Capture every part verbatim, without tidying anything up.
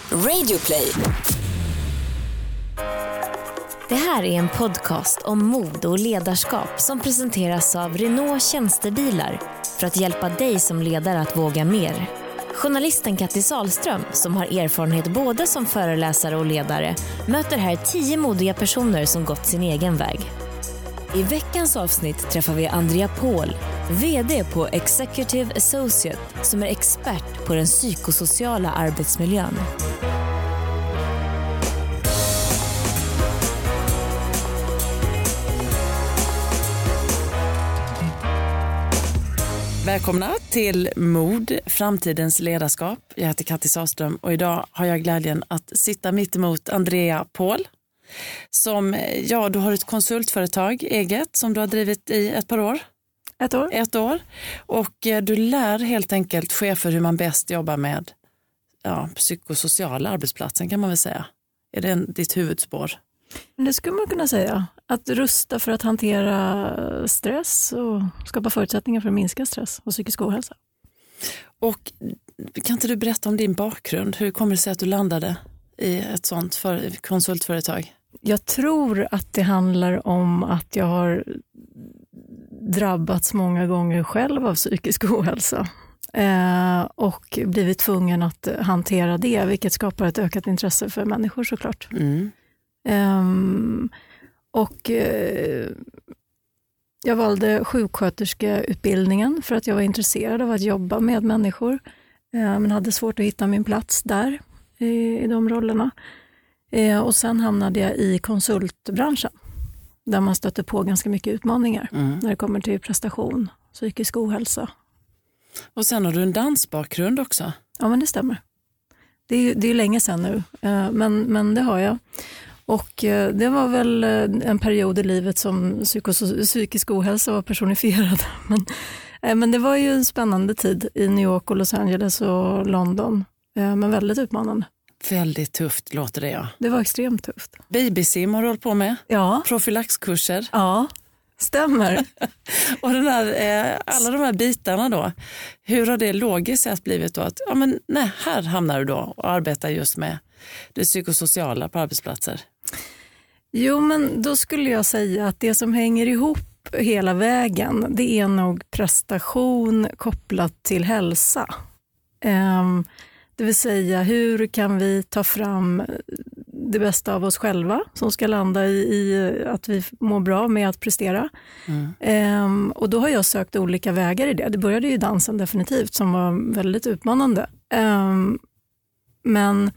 Radioplay. Det här är en podcast om mod och ledarskap som presenteras av Renault Tjänstebilar för att hjälpa dig som ledare att våga mer. Journalisten Katti Salström, som har erfarenhet både som föreläsare och ledare, möter här tio modiga personer som gått sin egen väg. I veckans avsnitt träffar vi Andrea Paul, vd på Executive Associate, som är expert på den psykosociala arbetsmiljön. Välkomna till Mod, framtidens ledarskap. Jag heter Katti Salström och idag har jag glädjen att sitta mitt emot Andrea Paul. Som, ja, du har ett konsultföretag eget som du har drivit i ett par år. Ett år. Ett år. Och du lär helt enkelt chefer hur man bäst jobbar med ja, psykosociala arbetsplatsen, kan man väl säga. Är det en, ditt huvudspår? Det skulle man kunna säga. Att rusta för att hantera stress och skapa förutsättningar för att minska stress och psykisk ohälsa. Och kan inte du berätta om din bakgrund? Hur kommer det sig att du landade i ett sånt för, konsultföretag? Jag tror att det handlar om att jag har drabbats många gånger själv av psykisk ohälsa. Eh, och blivit tvungen att hantera det, vilket skapar ett ökat intresse för människor såklart. Mm. Um, och uh, jag valde sjuksköterskeutbildningen för att jag var intresserad av att jobba med människor, uh, men hade svårt att hitta min plats där i, i de rollerna. Uh, och sen hamnade jag i konsultbranschen där man stöter på ganska mycket utmaningar mm. när det kommer till prestation, psykisk ohälsa. Och sen har du en dansbakgrund också. Ja, men det stämmer. Det är ju det är länge sedan nu, uh, men, men det har jag. Och det var väl en period i livet som psykos- psykisk ohälsa var personifierad. Men, men det var ju en spännande tid i New York och Los Angeles och London. Men väldigt utmanande. Väldigt tufft låter det, ja. Det var extremt tufft. Babysim har du hållit på med. Ja. Profylaxkurser. Ja, stämmer. Och den här, alla de här bitarna då. Hur har det logiskt sett blivit då? Att, ja, men, nej, här hamnar du då och arbetar just med det psykosociala på arbetsplatser. Jo, men då skulle jag säga att det som hänger ihop hela vägen, det är nog prestation kopplat till hälsa. Um, det vill säga, hur kan vi ta fram det bästa av oss själva som ska landa i, i att vi mår bra med att prestera. Mm. Um, och då har jag sökt olika vägar i det. Det började ju dansen definitivt som var väldigt utmanande. Um, men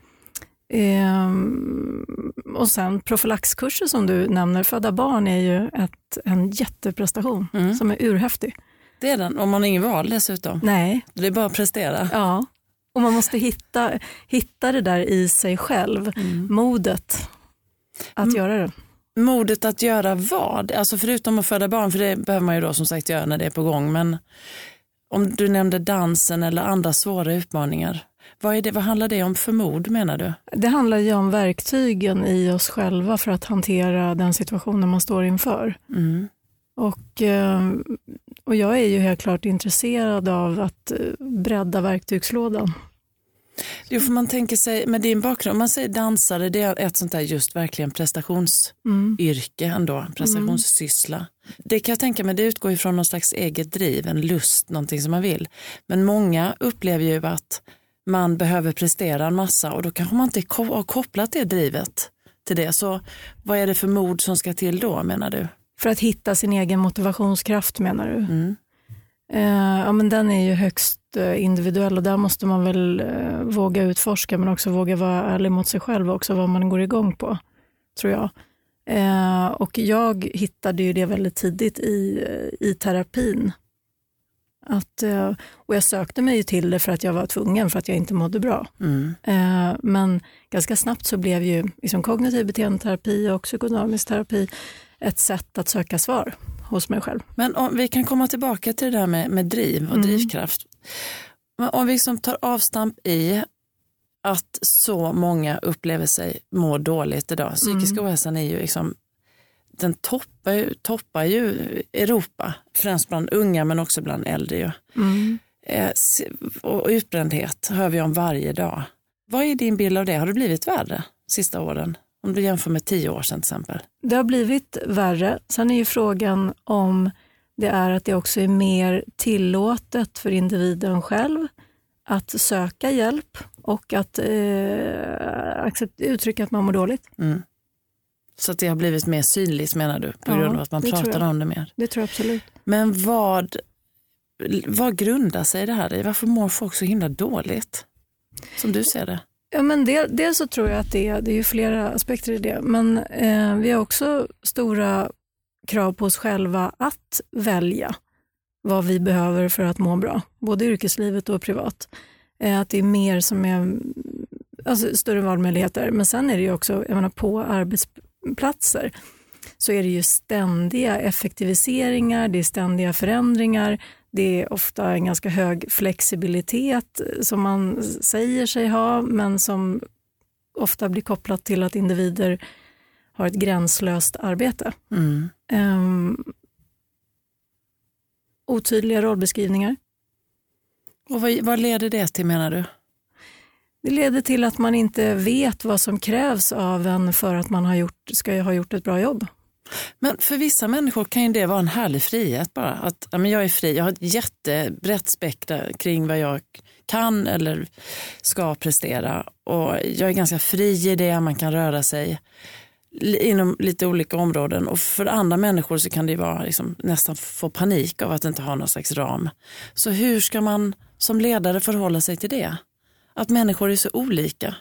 Um, och sen profylaxkurser som du nämner, födda barn är ju ett, en jätteprestation mm. som är urhäftig. Det är den, om man har ingen val dessutom. Nej. Det är bara att prestera. Ja, och man måste hitta, hitta det där i sig själv, mm. modet att mm. göra det. Modet att göra vad? Alltså förutom att föda barn, för det behöver man ju då som sagt göra när det är på gång, men om du nämnde dansen eller andra svåra utmaningar. Vad, är det, vad handlar det om för mod, menar du? Det handlar ju om verktygen i oss själva för att hantera den situationen man står inför. Mm. Och, och jag är ju helt klart intresserad av att bredda verktygslådan. Jo, för man tänker sig, med din bakgrund, man säger dansare, det är ett sånt där just verkligen prestationsyrke mm. ändå, prestationssyssla. Mm. Det kan jag tänka mig, det utgår ifrån någon slags eget driv, en lust, någonting som man vill. Men många upplever ju att man behöver prestera en massa och då kanske man inte har kopplat det drivet till det. Så vad är det för mod som ska till då, menar du? För att hitta sin egen motivationskraft, menar du? Mm. Uh, ja, men den är ju högst uh, individuell och där måste man väl uh, våga utforska, men också våga vara ärlig mot sig själv och också vad man går igång på, tror jag. Uh, och jag hittade ju det väldigt tidigt i, i terapin. Att, och jag sökte mig till det för att jag var tvungen, för att jag inte mådde bra. Mm. Eh, men ganska snabbt så blev ju liksom kognitiv beteendeterapi och psykodynamisk terapi ett sätt att söka svar hos mig själv. Men om vi kan komma tillbaka till det där med, med driv och mm. drivkraft. Men om vi liksom tar avstamp i att så många upplever sig må dåligt idag. Psykisk mm. ohälsan är ju liksom, den toppar ju, toppar ju Europa, främst bland unga men också bland äldre. Mm. Eh, och utbrändhet hör vi om varje dag. Vad är din bild av det? Har det blivit värre sista åren? Om du jämför med tio år sedan till exempel. Det har blivit värre. Sen är ju frågan om det är att det också är mer tillåtet för individen själv att söka hjälp och att eh, accept, uttrycka att man mår dåligt. Mm. Så att det har blivit mer synligt menar du? På ja, grund av att man pratar om det mer. Det tror jag absolut. Men vad, vad grundar sig det här i? Varför mår folk så himla dåligt? Som du ser det. Ja, men det, dels så tror jag att det, det är ju flera aspekter i det. Men eh, vi har också stora krav på oss själva att välja vad vi behöver för att må bra. Både i yrkeslivet och privat. Eh, att det är mer som är alltså, större valmöjligheter. Men sen är det ju också, jag menar, på arbetsplatser så är det ju ständiga effektiviseringar, det är ständiga förändringar. Det är ofta en ganska hög flexibilitet som man säger sig ha, men som ofta blir kopplat till att individer har ett gränslöst arbete. Mm. Um, otydliga rollbeskrivningar. Och vad, vad leder det till menar du? Det leder till att man inte vet vad som krävs av en för att man har gjort, ska ha gjort ett bra jobb. Men för vissa människor kan ju det vara en härlig frihet bara. Att ja, men jag är fri, jag har ett jättebrett spektra kring vad jag kan eller ska prestera. Och jag är ganska fri i det, man kan röra sig inom lite olika områden. Och för andra människor så kan det vara liksom, nästan få panik av att inte ha någon slags ram. Så hur ska man som ledare förhålla sig till det? Att människor är så olika.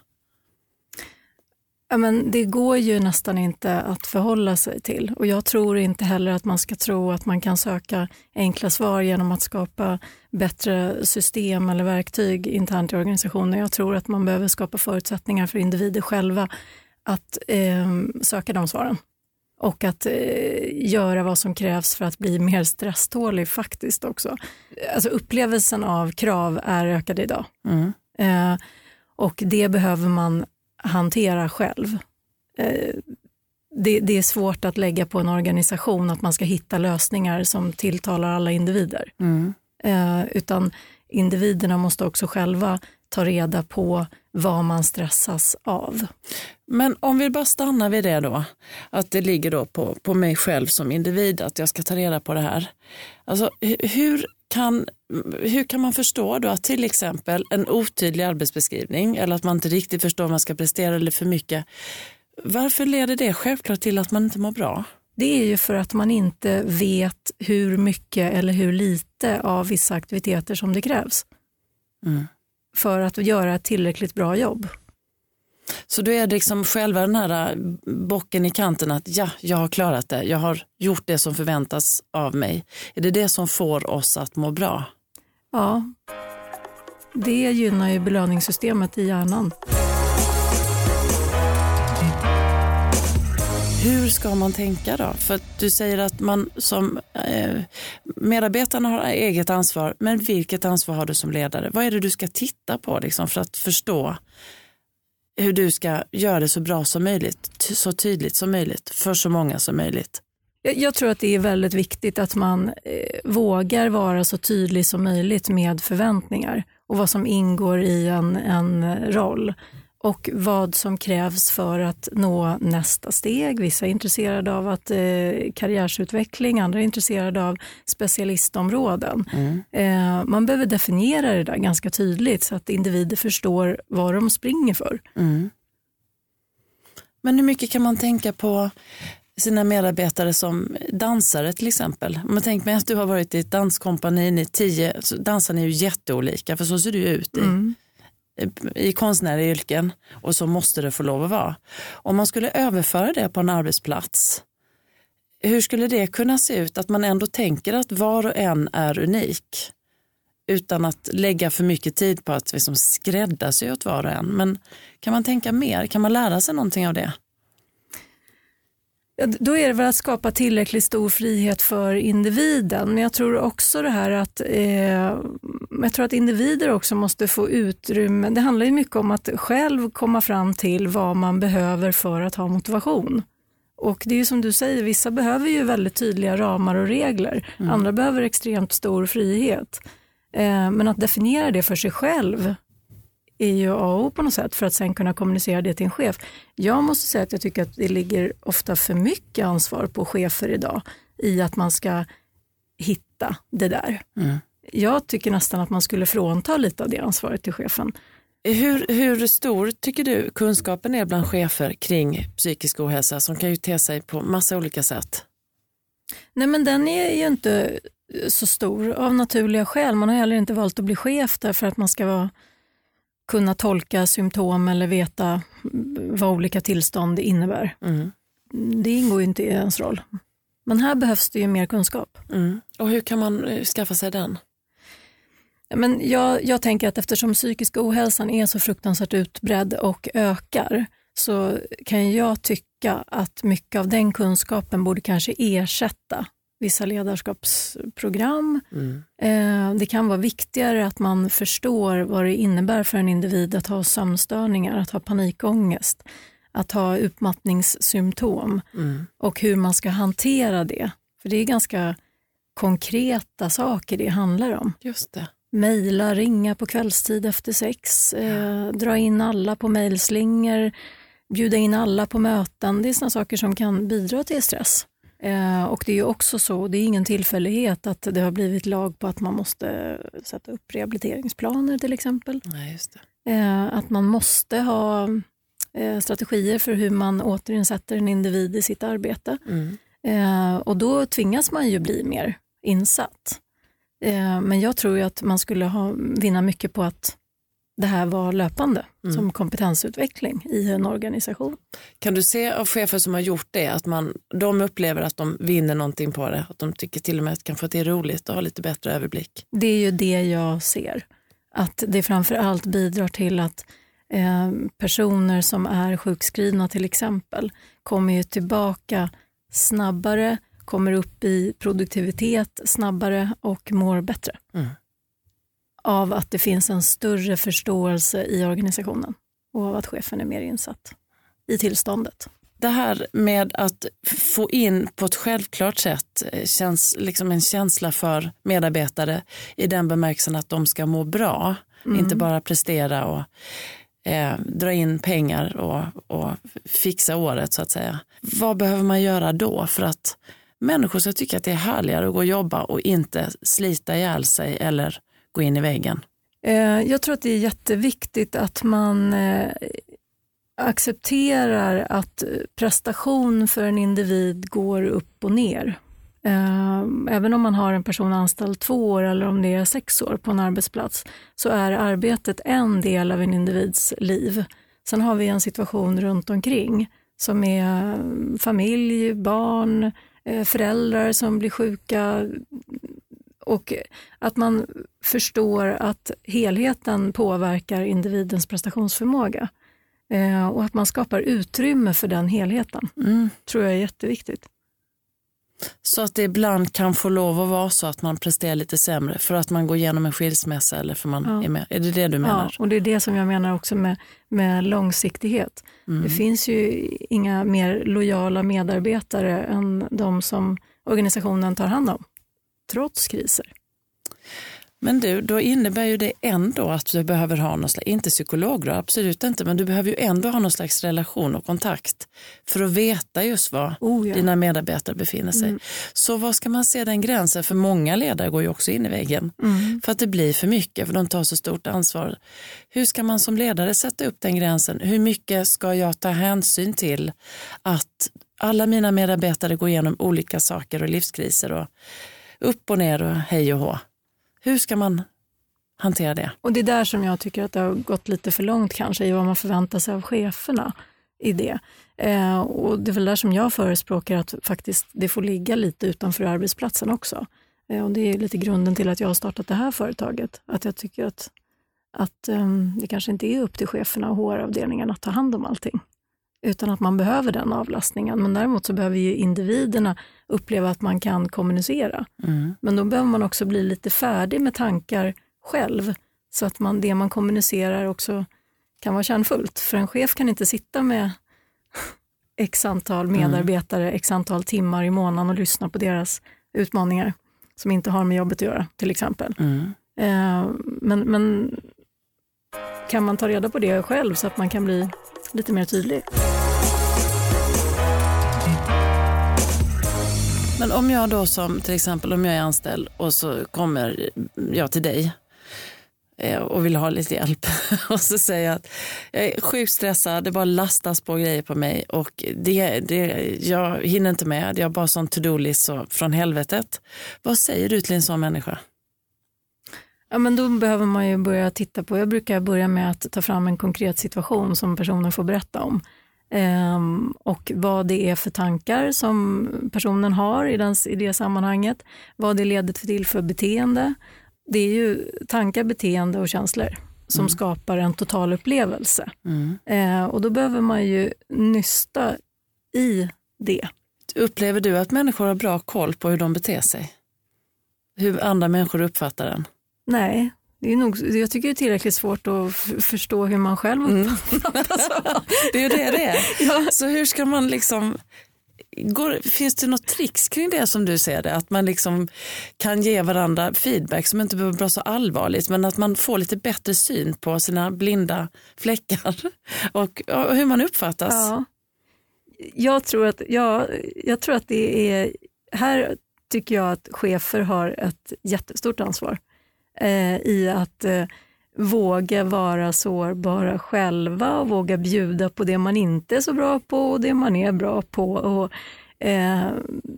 Ja, men det går ju nästan inte att förhålla sig till. Och jag tror inte heller att man ska tro att man kan söka enkla svar genom att skapa bättre system eller verktyg internt i organisationen. Jag tror att man behöver skapa förutsättningar för individer själva att eh, söka de svaren. Och att eh, göra vad som krävs för att bli mer stresstålig faktiskt också. Alltså upplevelsen av krav är ökad idag. Mm. Eh, och det behöver man hantera själv. Eh, det, det är svårt att lägga på en organisation att man ska hitta lösningar som tilltalar alla individer. Mm. Eh, utan individerna måste också själva ta reda på vad man stressas av. Men om vi bara stannar vid det då, att det ligger då på, på mig själv som individ att jag ska ta reda på det här. Alltså hur kan, hur kan man förstå då att till exempel en otydlig arbetsbeskrivning eller att man inte riktigt förstår om man ska prestera eller för mycket, varför leder det självklart till att man inte mår bra? Det är ju för att man inte vet hur mycket eller hur lite av vissa aktiviteter som det krävs. Mm. För att göra ett tillräckligt bra jobb. Så då är det liksom själva den här bocken i kanten att ja, jag har klarat det. Jag har gjort det som förväntas av mig. Är det det som får oss att må bra? Ja, det gynnar ju belöningssystemet i hjärnan. Hur ska man tänka då? För du säger att man som eh, medarbetarna har eget ansvar, men vilket ansvar har du som ledare? Vad är det du ska titta på liksom, för att förstå hur du ska göra det så bra som möjligt, så tydligt som möjligt, för så många som möjligt? Jag, jag tror att det är väldigt viktigt att man eh, vågar vara så tydlig som möjligt med förväntningar och vad som ingår i en, en roll. Och vad som krävs för att nå nästa steg. Vissa är intresserade av att, eh, karriärsutveckling, andra är intresserade av specialistområden. Mm. Eh, man behöver definiera det där ganska tydligt så att individer förstår vad de springer för. Mm. Men hur mycket kan man tänka på sina medarbetare som dansare till exempel? Om man tänker mig att du har varit i ett danskompani i tio, så dansar ni ju jätteolika, för så ser du ut i. Mm. i konstnärliga yrken, och så måste det få lov att vara. Om man skulle överföra det på en arbetsplats, hur skulle det kunna se ut? Att man ändå tänker att var och en är unik utan att lägga för mycket tid på att liksom skräddarsy åt var och en. Men kan man tänka mer? Kan man lära sig någonting av det? Ja, då är det väl att skapa tillräckligt stor frihet för individen. Men jag tror också det här att eh, jag tror att individer också måste få utrymme. Det handlar ju mycket om att själv komma fram till vad man behöver för att ha motivation. Och det är ju som du säger, vissa behöver ju väldigt tydliga ramar och regler. Mm. Andra behöver extremt stor frihet. Eh, men att definiera det för sig själv är ju A och O på något sätt för att sen kunna kommunicera det till en chef. Jag måste säga att jag tycker att det ligger ofta för mycket ansvar på chefer idag i att man ska hitta det där. Mm. Jag tycker nästan att man skulle frånta lite av det ansvaret till chefen. Hur, hur stor tycker du kunskapen är bland chefer kring psykisk ohälsa som kan ju te sig på massa olika sätt? Nej, men den är ju inte så stor av naturliga skäl. Man har heller inte valt att bli chef därför att man ska vara, kunna tolka symptom eller veta vad olika tillstånd innebär. Mm. Det ingår ju inte i ens roll. Men här behövs det ju mer kunskap. Mm. Och hur kan man skaffa sig den? Men jag, jag tänker att eftersom psykisk ohälsan är så fruktansvärt utbredd och ökar så kan jag tycka att mycket av den kunskapen borde kanske ersätta vissa ledarskapsprogram. Mm. Eh, det kan vara viktigare att man förstår vad det innebär för en individ att ha sömnstörningar, att ha panikångest, att ha utmattningssymptom mm. och hur man ska hantera det. För det är ganska konkreta saker det handlar om. Just det. Mejla, ringa på kvällstid efter sex, eh, dra in alla på mejlslingor, bjuda in alla på möten. Det är sådana saker som kan bidra till stress. Eh, och det är ju också så, det är ingen tillfällighet att det har blivit lag på att man måste sätta upp rehabiliteringsplaner till exempel. Nej, just det. Eh, att man måste ha eh, strategier för hur man återinsätter en individ i sitt arbete. Mm. Eh, och då tvingas man ju bli mer insatt. Eh, men jag tror ju att man skulle ha, vinna mycket på att det här var löpande mm. som kompetensutveckling i en organisation. Kan du se av chefer som har gjort det att man, de upplever att de vinner någonting på det? Att de tycker till och med att kanske att det är roligt och ha lite bättre överblick? Det är ju det jag ser. Att det framför allt bidrar till att eh, personer som är sjukskrivna till exempel kommer ju tillbaka snabbare, kommer upp i produktivitet snabbare och mår bättre. Mm. Av att det finns en större förståelse i organisationen och av att chefen är mer insatt i tillståndet. Det här med att få in på ett självklart sätt känns liksom en känsla för medarbetare i den bemärkelsen att de ska må bra, mm. inte bara prestera och eh, dra in pengar och, och fixa året så att säga. Vad behöver man göra då för att människor ska tycka att det är härligare att gå och jobba och inte slita ihjäl sig eller gå in i väggen? Jag tror att det är jätteviktigt att man accepterar att prestation för en individ går upp och ner. Även om man har en person anställd två år eller om det är sex år på en arbetsplats så är arbetet en del av en individs liv. Sen har vi en situation runt omkring som är familj, barn, föräldrar som blir sjuka. Och att man förstår att helheten påverkar individens prestationsförmåga. Eh, och att man skapar utrymme för den helheten. Mm. Tror jag är jätteviktigt. Så att det ibland kan få lov att vara så att man presterar lite sämre för att man går igenom en skilsmässa eller för man ja. är med. Är det det du menar? Ja, och det är det som jag menar också med, med långsiktighet. Mm. Det finns ju inga mer lojala medarbetare än de som organisationen tar hand om. Trots kriser. Men du, då innebär ju det ändå att du behöver ha någon slags, inte psykologer, absolut inte, men du behöver ju ändå ha någon slags relation och kontakt för att veta just var oh, ja. dina medarbetare befinner sig. Mm. Så vad ska man se den gränsen? För många ledare går ju också in i väggen mm. för att det blir för mycket, för de tar så stort ansvar. Hur ska man som ledare sätta upp den gränsen? Hur mycket ska jag ta hänsyn till att alla mina medarbetare går igenom olika saker och livskriser och upp och ner och hej och hå. Hur ska man hantera det? Och det är där som jag tycker att det har gått lite för långt kanske i vad man förväntar sig av cheferna i det. Eh, och det är väl där som jag förespråkar att faktiskt det får ligga lite utanför arbetsplatsen också. Eh, och det är lite grunden till att jag har startat det här företaget. Att jag tycker att, att eh, det kanske inte är upp till cheferna och H R-avdelningen att ta hand om allting. Utan att man behöver den avlastningen. Men däremot så behöver ju individerna uppleva att man kan kommunicera. Mm. Men då behöver man också bli lite färdig med tankar själv. Så att man, det man kommunicerar också kan vara kärnfullt. För en chef kan inte sitta med x antal medarbetare, mm. x antal timmar i månaden och lyssna på deras utmaningar. Som inte har med jobbet att göra till exempel. Mm. Eh, men... men kan man ta reda på det själv så att man kan bli lite mer tydlig. Men om jag då som till exempel om jag är anställd och så kommer jag till dig och vill ha lite hjälp och så säger jag att jag är sjukt stressad, det bara lastas på grejer på mig och det, det, jag hinner inte med, jag har bara sån to-do-list från helvetet. Vad säger du till en sån människa? Ja, men då behöver man ju börja titta på, jag brukar börja med att ta fram en konkret situation som personen får berätta om. Um, och vad det är för tankar som personen har i, den, i det sammanhanget, vad det leder till för beteende. Det är ju tankar, beteende och känslor som mm. skapar en total upplevelse. Mm. Uh, och då behöver man ju nysta i det. Upplever du att människor har bra koll på hur de beter sig? Hur andra människor uppfattar den? Nej. Det är nog, jag tycker det är tillräckligt svårt att f- förstå hur man själv uppfattas. Mm. Det är ju det det är. Ja. Så hur ska man liksom... Går, finns det något tricks kring det som du ser det? Att man liksom kan ge varandra feedback som inte behöver vara så allvarligt, men att man får lite bättre syn på sina blinda fläckar och, och hur man uppfattas. Ja. Jag tror att, ja, jag tror att det är... Här tycker jag att chefer har ett jättestort ansvar. I att eh, våga vara sårbara själva och våga bjuda på det man inte är så bra på och det man är bra på. Och, eh,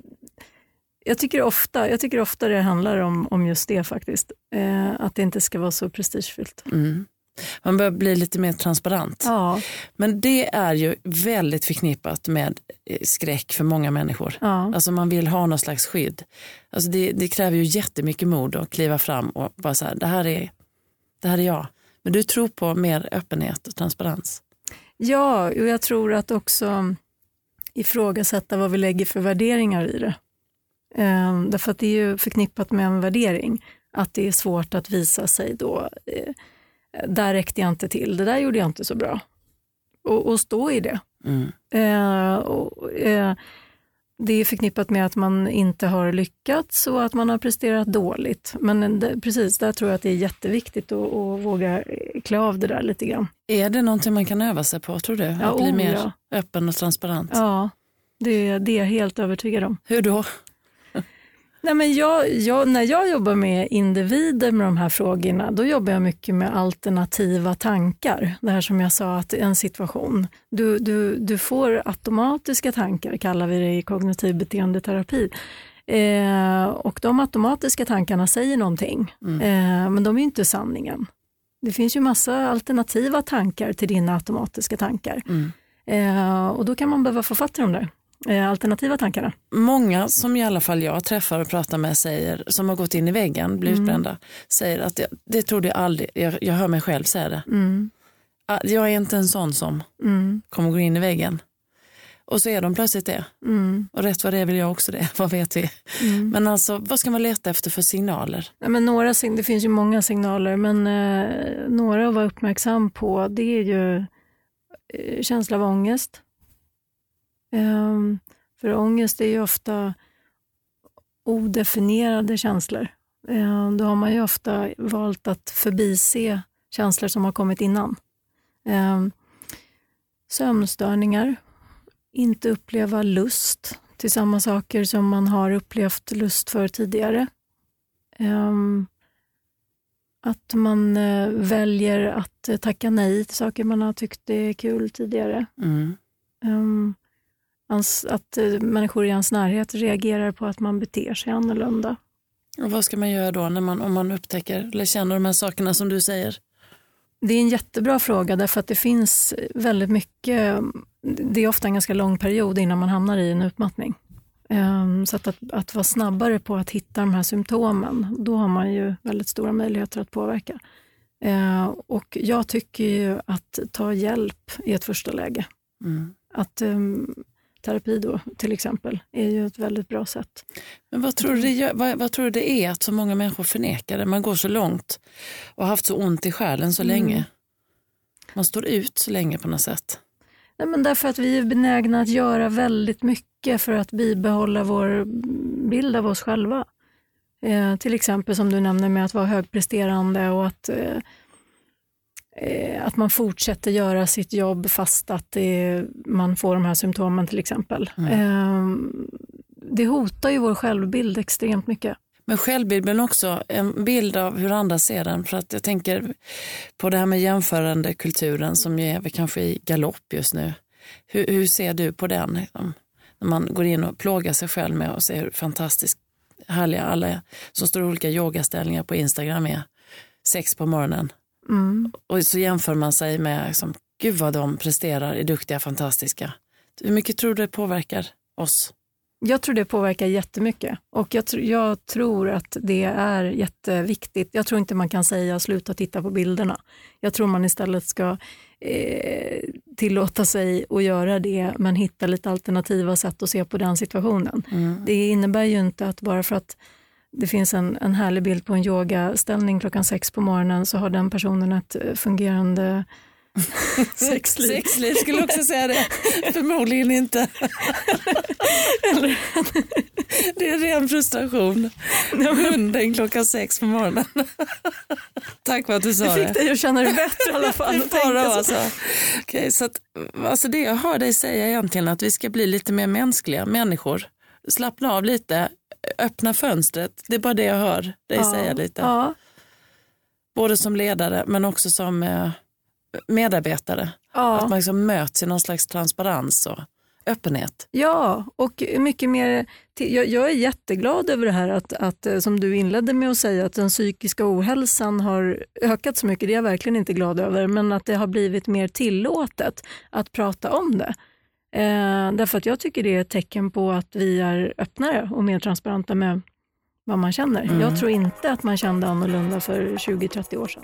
jag, tycker ofta, jag tycker ofta det handlar om, om just det faktiskt. Eh, att det inte ska vara så prestigefyllt. Mm. Man bör bli lite mer transparent. Ja. Men det är ju väldigt förknippat med skräck för många människor. Ja. Alltså man vill ha någon slags skydd. Alltså det, det kräver ju jättemycket mod att kliva fram och bara så här, det här är, det här är jag. Men du tror på mer öppenhet och transparens. Ja, och jag tror att också ifrågasätta vad vi lägger för värderingar i det. Ehm, därför att det är ju förknippat med en värdering. Att det är svårt att visa sig då... Eh, där räckte jag inte till, det där gjorde jag inte så bra. Och, och stå i det. Mm. Eh, och, eh, det är förknippat med att man inte har lyckats och att man har presterat dåligt. Men det, precis, där tror jag att det är jätteviktigt att, att våga klä av det där lite grann. Är det någonting man kan öva sig på, tror du? Att ja, bli oh, mer ja. öppen och transparent? Ja, det, det är jag helt övertygad om. Hur då? Nej, men jag, jag, när jag jobbar med individer med de här frågorna, då jobbar jag mycket med alternativa tankar. Det här som jag sa, att en situation. Du, du, du får automatiska tankar, kallar vi det i kognitiv beteendeterapi. Eh, och de automatiska tankarna säger någonting, mm. eh, men de är ju inte sanningen. Det finns ju massa alternativa tankar till dina automatiska tankar. Mm. Eh, och då kan man behöva få fatt i dem där. Alternativa tankarna. Många som i alla fall jag träffar och pratar med säger, som har gått in i väggen, blivit utbrända, mm. säger att jag, det trodde jag aldrig, jag, jag hör mig själv säga det. Mm. Jag är inte en sån som mm. kommer gå in i väggen. Och så är de plötsligt det. Mm. Och rätt vad det är vill jag också det, vad vet vi. Mm. Men alltså, vad ska man leta efter för signaler? Ja, men några, det finns ju många signaler, men eh, några att vara uppmärksam på, det är ju eh, känsla av ångest. Um, för ångest är ju ofta odefinierade känslor. Um, då har man ju ofta valt att förbise känslor som har kommit innan. Um, sömnstörningar, inte uppleva lust till samma saker som man har upplevt lust för tidigare. Um, att man uh, väljer att uh, tacka nej till saker man har tyckt är kul tidigare. Mm. Um, Att människor i ens närhet reagerar på att man beter sig annorlunda. Och vad ska man göra då när man, om man upptäcker eller känner de här sakerna som du säger? Det är en jättebra fråga därför att det finns väldigt mycket, det är ofta en ganska lång period innan man hamnar i en utmattning. Så att, att, att vara snabbare på att hitta de här symptomen, då har man ju väldigt stora möjligheter att påverka. Och jag tycker ju att ta hjälp i ett första läge. Mm. Att... Terapi då till exempel är ju ett väldigt bra sätt. Men vad tror du det, gör, vad, vad tror du det är att så många människor förnekar det? Man går så långt och har haft så ont i själen så mm. länge. Man står ut så länge på något sätt. Nej, men därför att vi är benägna att göra väldigt mycket för att bibehålla vår bild av oss själva. Eh, till exempel som du nämner med att vara högpresterande och att eh, eh, att man fortsätter göra sitt jobb fast att det, man får de här symptomen till exempel. Mm. Eh, det hotar ju vår självbild extremt mycket. Men självbild, men också en bild av hur andra ser den. För att jag tänker på det här med jämförande kulturen som ju är kanske i galopp just nu. Hur, hur ser du på den? Liksom? När man går in och plågar sig själv med och ser hur fantastiskt härliga alla som står i olika yogaställningar på Instagram är sex på morgonen. Mm. Och så jämför man sig med liksom, gud vad de presterar, är duktiga, fantastiska. Hur mycket tror du det påverkar oss? Jag tror det påverkar jättemycket och jag, tr- jag tror att det är jätteviktigt. Jag tror inte man kan säga sluta titta på bilderna. Jag tror man istället ska eh, tillåta sig att göra det men hitta lite alternativa sätt att se på den situationen. Mm. Det innebär ju inte att bara för att det finns en, en härlig bild på en yogaställning klockan sex på morgonen så har den personen ett fungerande sexliv. Sexliv skulle också säga det. Förmodligen inte. Eller, det är ren frustration. Hunden klockan sex på morgonen. Tack för att du sa det. Jag fick dig att känna dig bättre i alla fall. Det är bara, alltså. Okay, så att, alltså det jag hör dig säga egentligen att vi ska bli lite mer mänskliga människor. Slappna av lite, öppna fönstret. Det är bara det jag hör dig ja, säga lite. Ja. Både som ledare men också som eh, medarbetare. Ja. Att man liksom möts i någon slags transparens och öppenhet. Ja, och mycket mer. Till, jag, jag är jätteglad över det här att, att som du inledde med att säga att den psykiska ohälsan har ökat så mycket. Det är jag verkligen inte glad över, men att det har blivit mer tillåtet att prata om det. Eh, därför att jag tycker det är ett tecken på att vi är öppnare och mer transparenta med vad man känner. Mm. Jag tror inte att man kände annorlunda för tjugo till trettio år sedan.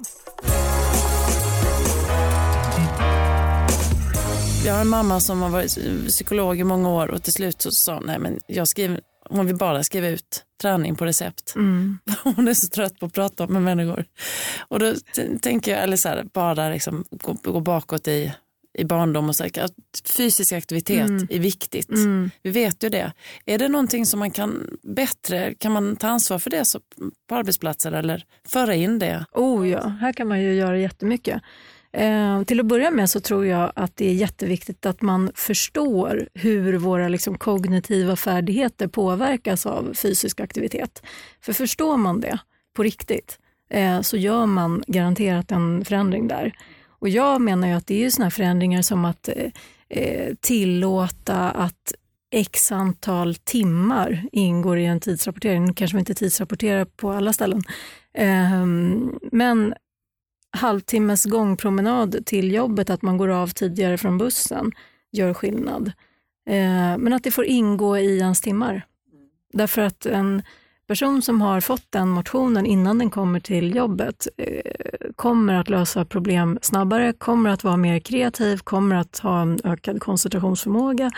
Jag har en mamma som har varit psykolog i många år och till slut så sa nej men jag skriver, hon vill bara skriva ut träning på recept. Mm. Hon är så trött på att prata med människor. Och då t- tänker jag, eller så här, bara liksom gå, gå bakåt i, i barndom och säga att fysisk aktivitet mm. är viktigt. Mm. Vi vet ju det. Är det någonting som man kan bättre, kan man ta ansvar för det så, på arbetsplatser eller föra in det? Oh ja, här kan man ju göra jättemycket. Eh, till att börja med så tror jag att det är jätteviktigt att man förstår hur våra liksom, kognitiva färdigheter påverkas av fysisk aktivitet. För förstår man det på riktigt eh, så gör man garanterat en förändring där. Och jag menar ju att det är såna här förändringar som att eh, tillåta att x antal timmar ingår i en tidsrapportering. Kanske inte tidsrapporterar på alla ställen. Eh, men halvtimmes gångpromenad till jobbet, att man går av tidigare från bussen, gör skillnad. Eh, men att det får ingå i ens timmar. Därför att en person som har fått den motionen innan den kommer till jobbet eh, kommer att lösa problem snabbare, kommer att vara mer kreativ, kommer att ha en ökad koncentrationsförmåga.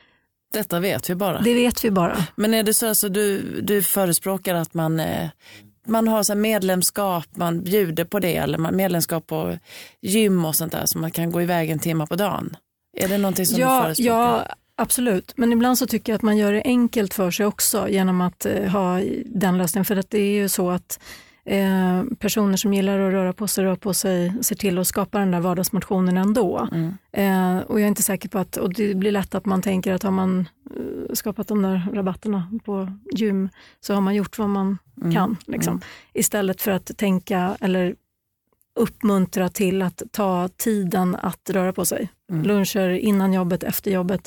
Detta vet vi bara. Det vet vi bara. Men är det så att alltså, du, du förespråkar att man... Eh... Man har så här medlemskap, man bjuder på det eller man medlemskap på gym och sånt där så man kan gå iväg en timme på dagen. Är det någonting som ja, du förespråkar? Ja, absolut. Men ibland så tycker jag att man gör det enkelt för sig också genom att eh, ha den lösningen. För att det är ju så att eh, personer som gillar att röra på sig, röra på sig, ser till att skapa den där vardagsmotionen ändå. Mm. Eh, och jag är inte säker på att, och det blir lätt att man tänker att har man eh, skapat de där rabatterna på gym så har man gjort vad man mm. kan. Liksom. Mm. Istället för att tänka eller uppmuntra till att ta tiden att röra på sig. Mm. Luncher innan jobbet, efter jobbet.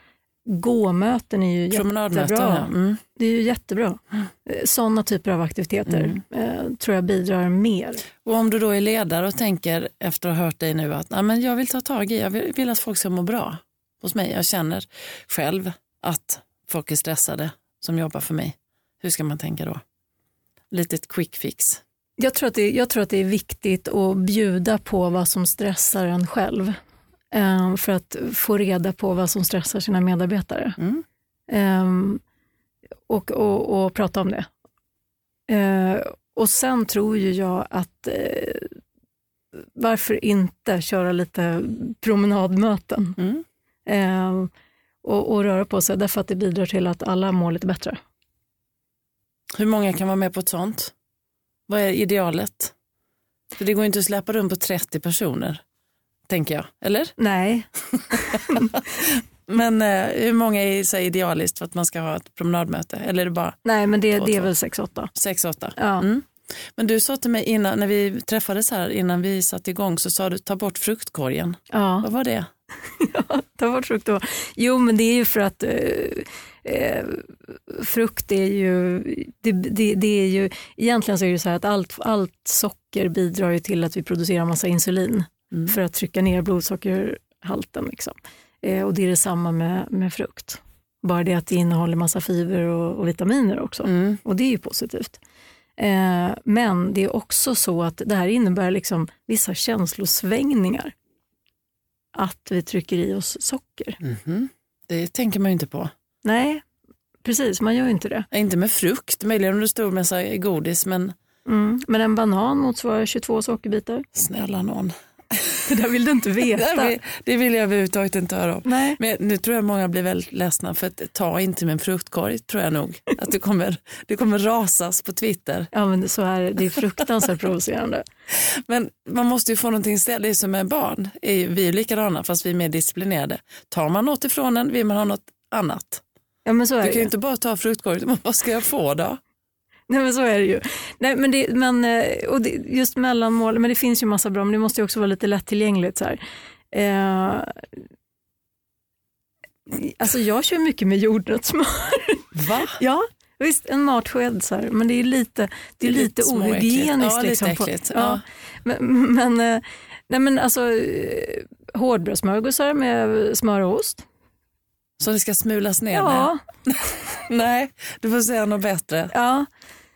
Gåmöten är ju jättebra. Ja. Mm. Det är ju jättebra. Mm. Sådana typer av aktiviteter mm. eh, tror jag bidrar mer. Och om du då är ledare och tänker efter att ha hört dig nu att nej, men jag vill ta tag i, jag vill, vill att folk ska må bra hos mig. Jag känner själv att folk är stressade som jobbar för mig. Hur ska man tänka då? Lite quick fix. Jag tror att det, jag tror att det är viktigt att bjuda på vad som stressar en själv. Um, för att få reda på vad som stressar sina medarbetare. Mm. Um, och, och, och prata om det. Uh, och sen tror ju jag att uh, varför inte köra lite promenadmöten. Mm. Uh, och, och röra på sig därför att det bidrar till att alla mår lite bättre. Hur många kan vara med på ett sånt? Vad är idealet? För det går inte att släppa runt på trettio personer, tänker jag. Eller? Nej. Men eh, hur många är så idealiskt för att man ska ha ett promenadmöte? Eller är det bara Nej, men det, det är väl sex åtta. sex åtta. Ja. Mm. Men du sa till mig innan, när vi träffades här, innan vi satt igång, så sa du ta bort fruktkorgen. Ja. Vad var det? Ja, ta bort frukt då. Jo, men det är ju för att eh, eh, frukt är ju, det, det, det är ju, egentligen så är det så här att allt, allt socker bidrar ju till att vi producerar massa insulin mm. för att trycka ner blodsockerhalten liksom. Eh, och det är detsamma med, med frukt. Bara det att det innehåller massa fiber och, och vitaminer också. Mm. Och det är ju positivt. Eh, men det är också så att det här innebär liksom vissa känslosvängningar. Att vi trycker i oss socker. Mm-hmm. Det tänker man ju inte på. Nej, precis. Man gör ju inte det. Inte med frukt. Möjligen om det står med sig godis. Men... Mm. men en banan motsvarar tjugotvå sockerbitar. Snälla någon. Det där vill du inte veta. det, vill, det vill jag överhuvudtaget inte höra om. Nej. Men nu tror jag många blir väldigt ledsna. För att ta inte med en fruktkorg, tror jag nog. Att det kommer, det kommer rasas på Twitter. Ja, men så här, det är fruktansvärt provocerande. Men man måste ju få någonting istället. Det är som med barn. Vi är ju likadana fast vi är mer disciplinerade. Tar man något ifrån en vill man ha något annat. Ja, men så är du det. kan ju inte bara ta fruktkorg. Men vad ska jag få då? Nej, men så är det ju. Nej, men det, men, och det, just mellanmål, men det finns ju massa bra, men det måste ju också vara lite lättillgängligt så här. Eh, alltså jag kör mycket med jordnötssmör. Va? Ja, visst, en matsked så här, men det är lite, det är lite, lite ohygieniskt. Ja, liksom, lite äckligt. på, ja. Ja. Men, men, nej, men alltså hårdbrödssmörgåsar med smör och ost. Så det ska smulas ner ja. med? Nej, du får säga något bättre. Ja.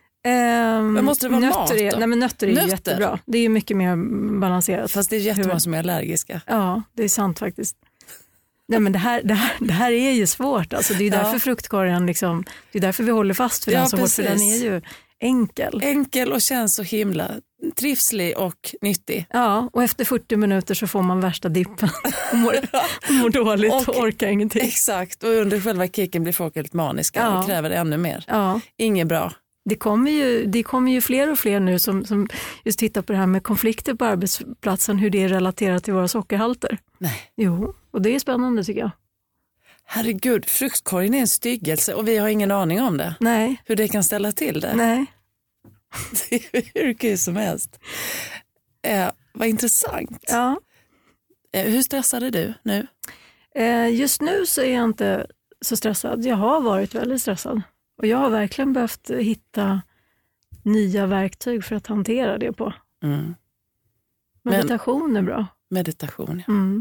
Um, men måste det vara nötter mat är, då? Nej, men nötter är nötter? jättebra. Det är ju mycket mer balanserat. Fast det är jättemånga som är allergiska. Ja, det är sant faktiskt. Nej, men det, här, det, här, det här är ju svårt. Alltså, det är därför ja. fruktkorgen, liksom, det är därför vi håller fast för ja, den så hårt, för den är ju enkel. Enkel och känns så himla trivslig och nyttig. Ja, och efter fyrtio minuter så får man värsta dippen och mår, mår dåligt och, och orkar ingenting. Exakt, och under själva kicken blir folk helt maniska ja. och kräver ännu mer. Ja. Inget bra. Det kommer ju, det kommer ju fler och fler nu som, som just tittar på det här med konflikter på arbetsplatsen, hur det är relaterat till våra sockerhalter. Nej. Jo, och det är spännande tycker jag. Herregud, fruktkorgen är en styggelse och vi har ingen aning om det. Nej. Hur det kan ställa till det. Nej. Det är hur kul som helst. Eh, vad intressant. Ja. Eh, hur stressad är du nu? Eh, just nu så är jag inte så stressad. Jag har varit väldigt stressad. Och jag har verkligen behövt hitta nya verktyg för att hantera det på. Mm. Meditation är bra. Meditation, ja. Mm.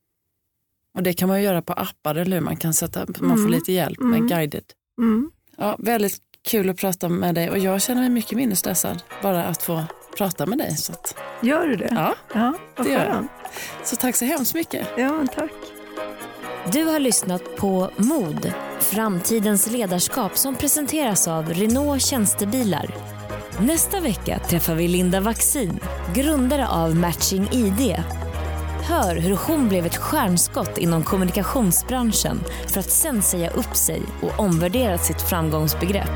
Och det kan man göra på appar eller hur man kan sätta, man får mm. lite hjälp med mm. guided. Mm. Ja, väldigt kul att prata med dig och jag känner mig mycket mindre stressad bara att få prata med dig. Så att... Gör du det? Ja, ja vad det gör jag. Så tack så hemskt mycket. Ja, men tack. Du har lyssnat på Mod, framtidens ledarskap som presenteras av Renault Tjänstebilar. Nästa vecka träffar vi Linda Vaccin, grundare av Matching I D. Hör hur hon blev ett stjärnskott inom kommunikationsbranschen för att sen säga upp sig och omvärdera sitt framgångsbegrepp.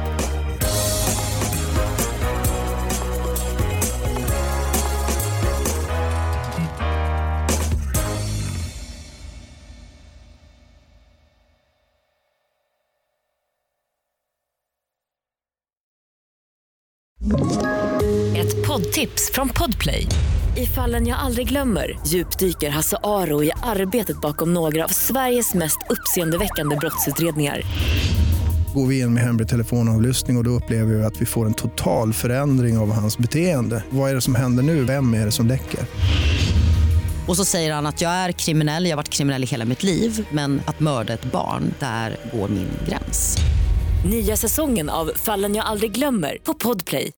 Ett poddtips från Podplay. I Fallen jag aldrig glömmer djupdyker Hasse Aro i arbetet bakom några av Sveriges mest uppseendeväckande brottsutredningar. Går vi in med hemlig telefonavlyssning och, och då upplever vi att vi får en total förändring av hans beteende. Vad är det som händer nu? Vem är det som läcker? Och så säger han att jag är kriminell, jag har varit kriminell i hela mitt liv. Men att mörda ett barn, där går min gräns. Nya säsongen av Fallen jag aldrig glömmer på Podplay.